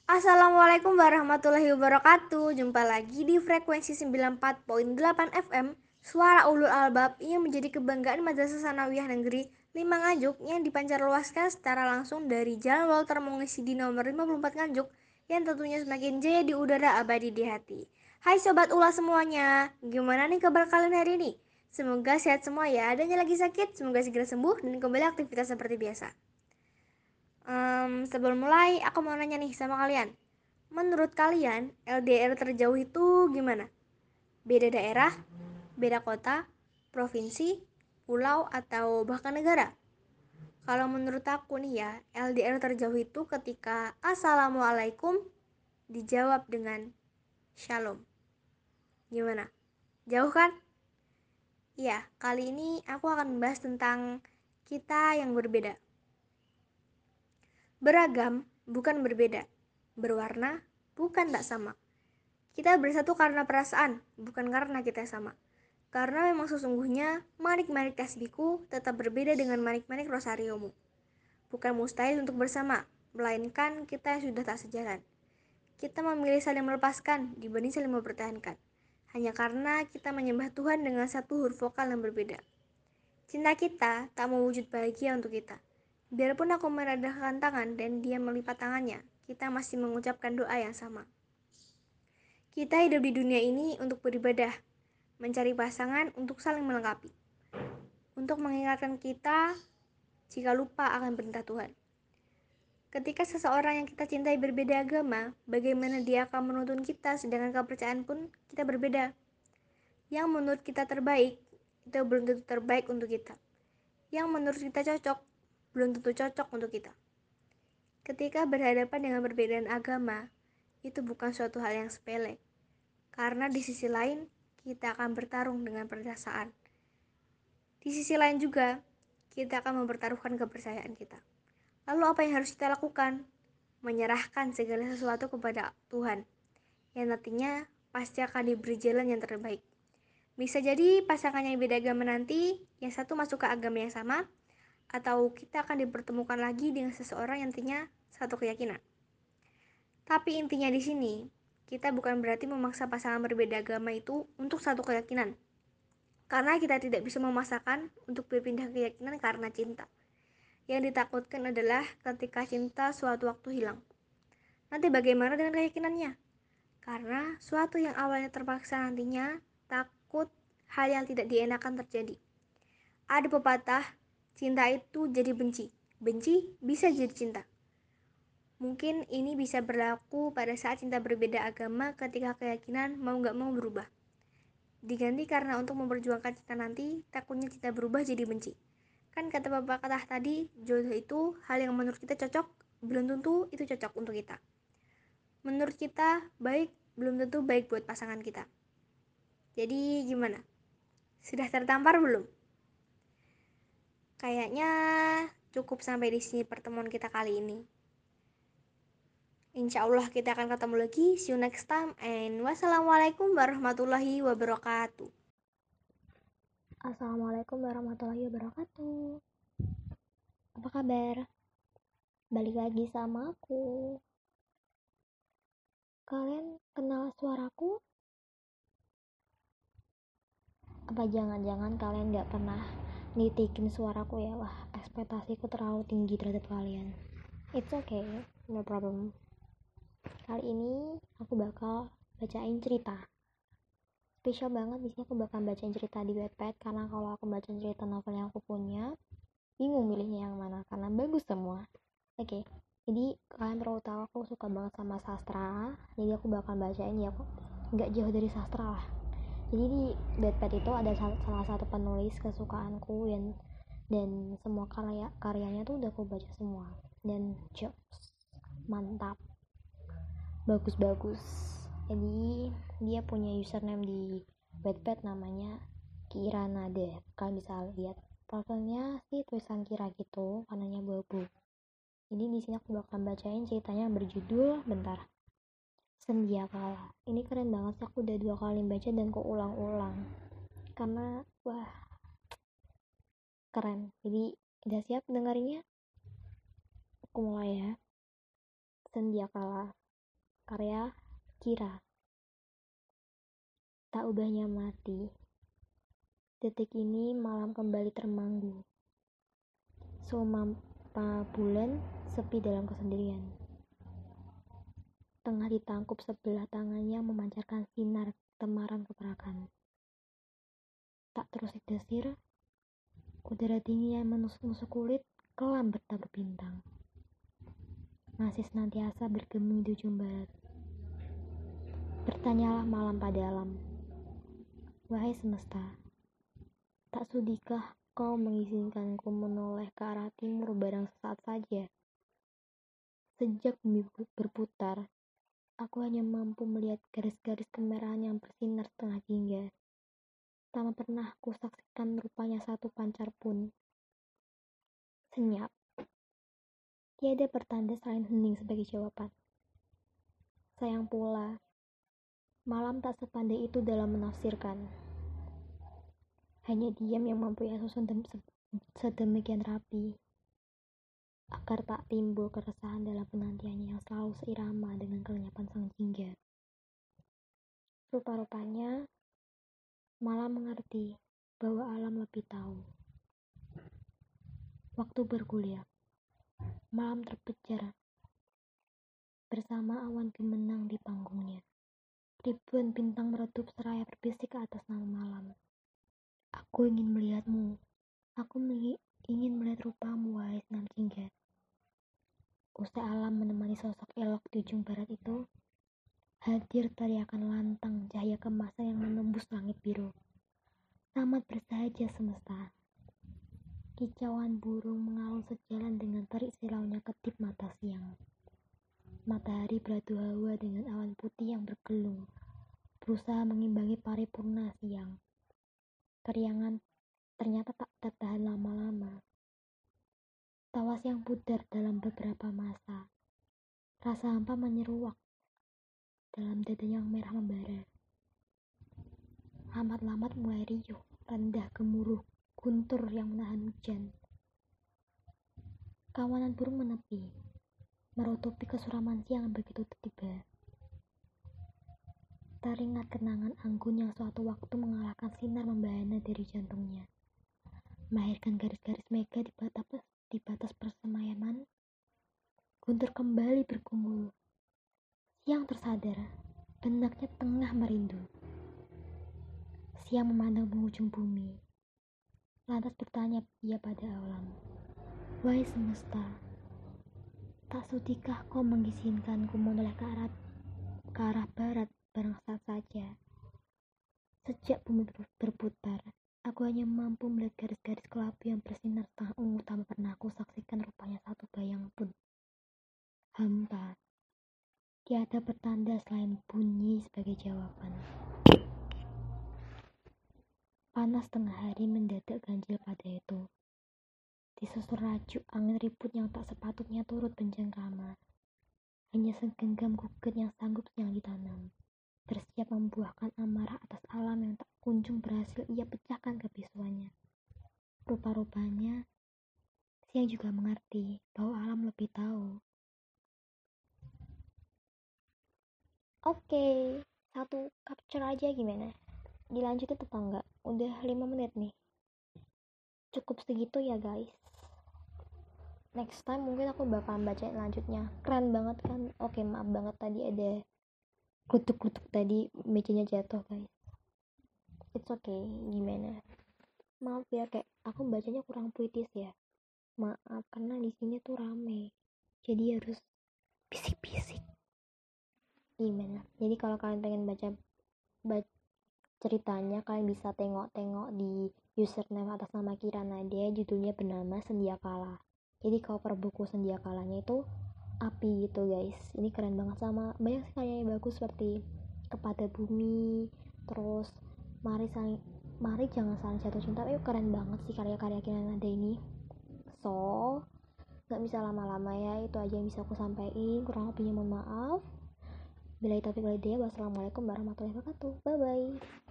Assalamualaikum warahmatullahi wabarakatuh. Jumpa lagi di frekuensi 94.8 FM, Suara Ulul Albab yang menjadi kebanggaan Madrasah Sanawiyah Negeri 5 Nganjuk yang dipancarluaskan secara langsung dari Jalan Walter Mongesidi nomor 54 Nganjuk yang tentunya semakin jaya di udara abadi di hati. Hai Sobat Ula semuanya, gimana nih kabar kalian hari ini? Semoga sehat semua ya, dan yang lagi sakit semoga segera sembuh dan kembali aktivitas seperti biasa. Sebelum mulai, aku mau nanya nih sama kalian. Menurut kalian, LDR terjauh itu gimana? Beda daerah, beda kota, provinsi, pulau, atau bahkan negara? Kalau menurut aku nih ya, LDR terjauh itu ketika Assalamualaikum dijawab dengan Shalom. Gimana? Jauh kan? Ya, kali ini aku akan membahas tentang kita yang berbeda. Beragam bukan berbeda, berwarna bukan tak sama. Kita bersatu karena perasaan, bukan karena kita sama. Karena memang sesungguhnya manik-manik tasbihku tetap berbeda dengan manik-manik rosariomu. Bukan mustahil untuk bersama, melainkan kita yang sudah tak sejalan. Kita memilih saling melepaskan dibanding saling mempertahankan. Hanya karena kita menyembah Tuhan dengan satu huruf vokal yang berbeda. Cinta kita tak mewujud bahagia untuk kita. Biarpun aku meradahkan tangan dan dia melipat tangannya, kita masih mengucapkan doa yang sama. Kita hidup di dunia ini untuk beribadah, mencari pasangan untuk saling melengkapi, untuk mengingatkan kita jika lupa akan perintah Tuhan. Ketika seseorang yang kita cintai berbeda agama, bagaimana dia akan menuntun kita sedangkan kepercayaan pun kita berbeda. Yang menurut kita terbaik, itu belum tentu terbaik untuk kita. Yang menurut kita cocok, belum tentu cocok untuk kita. Ketika berhadapan dengan perbedaan agama, itu bukan suatu hal yang sepele. Karena di sisi lain, kita akan bertarung dengan perasaan. Di sisi lain juga, kita akan mempertaruhkan kepercayaan kita. Lalu apa yang harus kita lakukan? Menyerahkan segala sesuatu kepada Tuhan, yang nantinya pasti akan diberi jalan yang terbaik. Bisa jadi pasangan yang beda agama nanti, yang satu masuk ke agama yang sama, atau kita akan dipertemukan lagi dengan seseorang yang nantinya satu keyakinan. Tapi intinya di sini, kita bukan berarti memaksa pasangan berbeda agama itu untuk satu keyakinan. Karena kita tidak bisa memaksakan untuk berpindah keyakinan karena cinta. Yang ditakutkan adalah ketika cinta suatu waktu hilang. Nanti bagaimana dengan keyakinannya? Karena suatu yang awalnya terpaksa nantinya takut hal yang tidak dienakan terjadi. Ada pepatah, cinta itu jadi benci. Benci bisa jadi cinta. Mungkin ini bisa berlaku pada saat cinta berbeda agama ketika keyakinan mau gak mau berubah. Diganti karena untuk memperjuangkan cinta nanti, takutnya cinta berubah jadi benci. Kan kata pepatah tadi, jodoh itu hal yang menurut kita cocok, belum tentu itu cocok untuk kita. Menurut kita baik, belum tentu baik buat pasangan kita. Jadi gimana? Sudah tertampar belum? Kayaknya cukup sampai di sini pertemuan kita kali ini. Insya Allah kita akan ketemu lagi. See you next time and wassalamualaikum warahmatullahi wabarakatuh. Assalamualaikum warahmatullahi wabarakatuh. Apa kabar? Balik lagi sama aku. Kalian kenal suaraku? Apa jangan-jangan kalian gak pernah nitikin suaraku ya? Wah, ekspektasiku terlalu tinggi terhadap kalian. It's okay, no problem. Kali ini aku bakal bacain cerita. Spesial banget di sini aku bakal bacain cerita di Wattpad karena kalau aku bacain cerita novel yang aku punya, bingung milihnya yang mana karena bagus semua. Oke, jadi kalian perlu tahu aku suka banget sama sastra, jadi aku bakal bacain ya nggak jauh dari sastra lah. Jadi di Wattpad itu ada salah satu penulis kesukaanku dan semua karyanya tuh udah aku baca semua dan jokes mantap, bagus. Jadi dia punya username di Wattpad namanya Kira Nade. Kalian bisa lihat profilnya sih tulisan Kira gitu, warnanya abu-abu. Jadi di sini aku bakal bacain ceritanya berjudul Sendia Kala. Ini keren banget sih, aku udah 2 kali baca dan aku ulang-ulang karena wah keren. Jadi udah siap dengerinnya? Aku mulai ya. Sendia Kala. karya Kira. Tak ubahnya mati, detik ini malam kembali termanggu. Semampa bulan sepi dalam kesendirian. Tengah ditangkup sebelah tangannya memancarkan sinar temaram keperakan. Tak terusik desir, udara dingin yang menusuk-nusuk kulit kelam bertabur bintang. Masih senantiasa bergeming di ujung barat. Bertanyalah malam pada alam, wahai semesta, tak sudikah kau mengizinkanku menoleh ke arah timur barang sesaat saja? Sejak bumi berputar, aku hanya mampu melihat garis-garis kemerahan yang bersinar setengah jingga. Tak pernah kusaksikan rupanya satu pancar pun. Senyap. Tiada pertanda selain hening sebagai jawaban. Sayang pula, malam tak sepandai itu dalam menafsirkan. Hanya diam yang mampu ia susun sedemikian rapi, agar tak timbul keresahan dalam penantiannya yang selalu seirama dengan kelenyapan sang jingga. Rupa-rupanya, malam mengerti bahwa alam lebih tahu. Waktu bergulir, malam terpejar bersama awan gemenang di panggungnya. Ribuan bintang meredup seraya berbisik ke atas nama malam. Aku ingin melihatmu. Aku ingin melihat rupamu, wahai senam jingga. Usai alam menemani sosok elok di ujung barat itu, hadir teriakan lantang cahaya kemasan yang menembus langit biru. Selamat bersahaja semesta. Kicauan burung mengalun sejalan dengan terik silaunya kedip mata siang. Matahari beradu hawa dengan awan putih yang bergelung, berusaha mengimbangi paripurna siang. Keriangan ternyata tak tertahan lama-lama. Tawa siang pudar dalam beberapa masa. Rasa hampa menyeruak dalam dada yang merah membara. Lamat-lamat mulai riuh, rendah gemuruh, guntur yang menahan hujan. Kawanan burung menepi, merutupi kesuraman siang yang begitu tiba. Teringat kenangan anggun yang suatu waktu mengalahkan sinar membahana dari jantungnya. Melahirkan garis-garis mega di batas persemayaman. Guntur kembali bergumul. Siang tersadar, benaknya tengah merindu. Siang memandang penghujung bumi. Lantas bertanya ia pada alam, wahai semesta, tak sudikah kau mengizinkanku menoleh ke arah barat barang saat saja? Sejak bumi berputar, aku hanya mampu melihat garis-garis kelabu yang bersinar setengah ungu tanpa pernah aku saksikan rupanya satu bayang pun. Hampa. Tiada pertanda selain bunyi sebagai jawaban. Panas tengah hari mendadak ganjil pada itu. Disusur rajuk angin ribut yang tak sepatutnya turut bercengkrama. Hanya segenggam gugut yang sanggup siang ditanam, bersiap membuahkan amarah atas alam yang tak kunjung berhasil ia pecahkan kebisuannya. Rupa-rupanya, siang juga mengerti bahwa alam lebih tahu. Oke, satu capture aja gimana? Dilanjutin atau enggak? Udah 5 menit nih. Cukup segitu ya guys. Next time mungkin aku bakalan bacain lanjutnya. Keren banget kan? Oke, maaf banget tadi ada klutuk-klutuk tadi mejanya jatuh guys. It's okay, gimana? Maaf ya, kayak aku bacanya kurang puitis ya. Maaf karena di sini tuh rame. Jadi harus bisik-bisik. Gimana? Jadi kalau kalian pengen baca ceritanya, kalian bisa tengok-tengok di username atas nama Kira Nadia, judulnya bernama Sendia Kala. Jadi cover buku Sendia Kalanya itu api gitu guys. Ini keren banget, sama banyak sekali yang bagus seperti Kepada Bumi, terus mari jangan saling jatuh cinta. Keren banget sih karya-karya Kira Nadia ini. So nggak bisa lama-lama ya, itu aja yang bisa aku sampaikan. Kurang lebihnya mohon maaf. Bila taufiq wal hidayah. Wassalamualaikum warahmatullahi wabarakatuh. Bye bye.